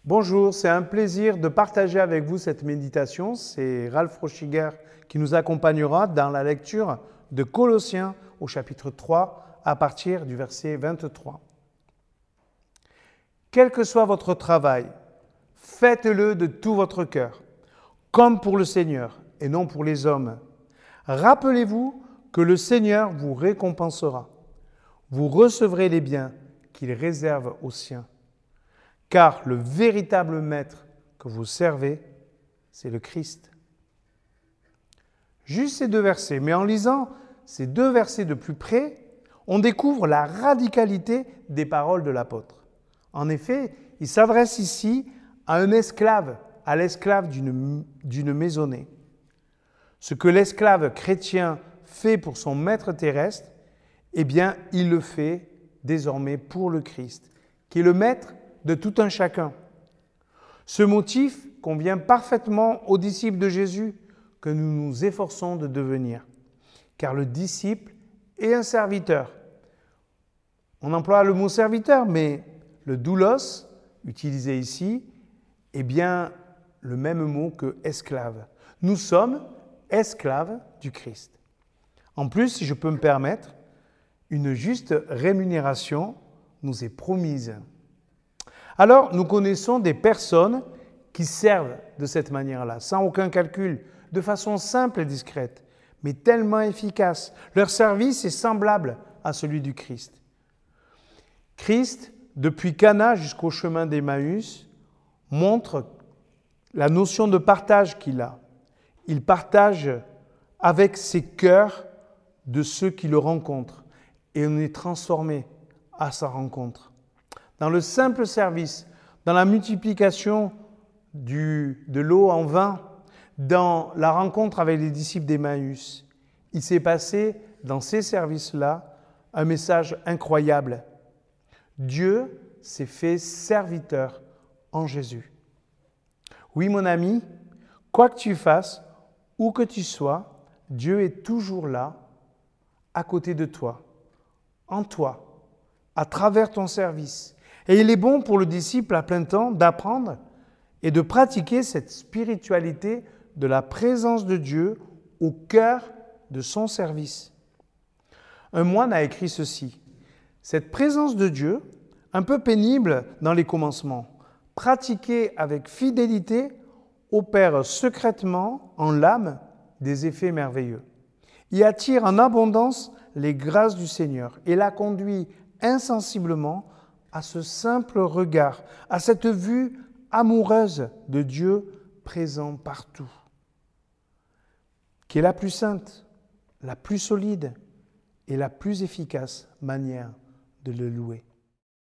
Bonjour, c'est un plaisir de partager avec vous cette méditation. C'est Ralph Rochiger qui nous accompagnera dans la lecture de Colossiens au chapitre 3 à partir du verset 23. Quel que soit votre travail, faites-le de tout votre cœur, comme pour le Seigneur et non pour les hommes. Rappelez-vous que le Seigneur vous récompensera. Vous recevrez les biens qu'il réserve aux siens. Car le véritable maître que vous servez, c'est le Christ. Juste ces deux versets, mais en lisant ces deux versets de plus près, on découvre la radicalité des paroles de l'apôtre. En effet, il s'adresse ici à un esclave, à l'esclave d'une maisonnée. Ce que l'esclave chrétien fait pour son maître terrestre, eh bien, il le fait désormais pour le Christ, qui est le maître de tout un chacun. Ce motif convient parfaitement aux disciples de Jésus que nous nous efforçons de devenir, car le disciple est un serviteur. On emploie le mot serviteur, mais le doulos, utilisé ici, est bien le même mot que esclave. Nous sommes esclaves du Christ. En plus, si je peux me permettre, une juste rémunération nous est promise. Alors, nous connaissons des personnes qui servent de cette manière-là, sans aucun calcul, de façon simple et discrète, mais tellement efficace. Leur service est semblable à celui du Christ. Christ, depuis Cana jusqu'au chemin d'Emmaüs, montre la notion de partage qu'il a. Il partage avec ses cœurs de ceux qui le rencontrent et on est transformé à sa rencontre. Dans le simple service, dans la multiplication de l'eau en vin, dans la rencontre avec les disciples d'Emmaüs, il s'est passé dans ces services-là un message incroyable. Dieu s'est fait serviteur en Jésus. Oui, mon ami, quoi que tu fasses, où que tu sois, Dieu est toujours là, à côté de toi, en toi, à travers ton service. Et il est bon pour le disciple à plein temps d'apprendre et de pratiquer cette spiritualité de la présence de Dieu au cœur de son service. Un moine a écrit ceci: cette présence de Dieu, un peu pénible dans les commencements, pratiquée avec fidélité, opère secrètement en l'âme des effets merveilleux. Il attire en abondance les grâces du Seigneur et la conduit insensiblement à ce simple regard, à cette vue amoureuse de Dieu présent partout, qui est la plus sainte, la plus solide et la plus efficace manière de le louer.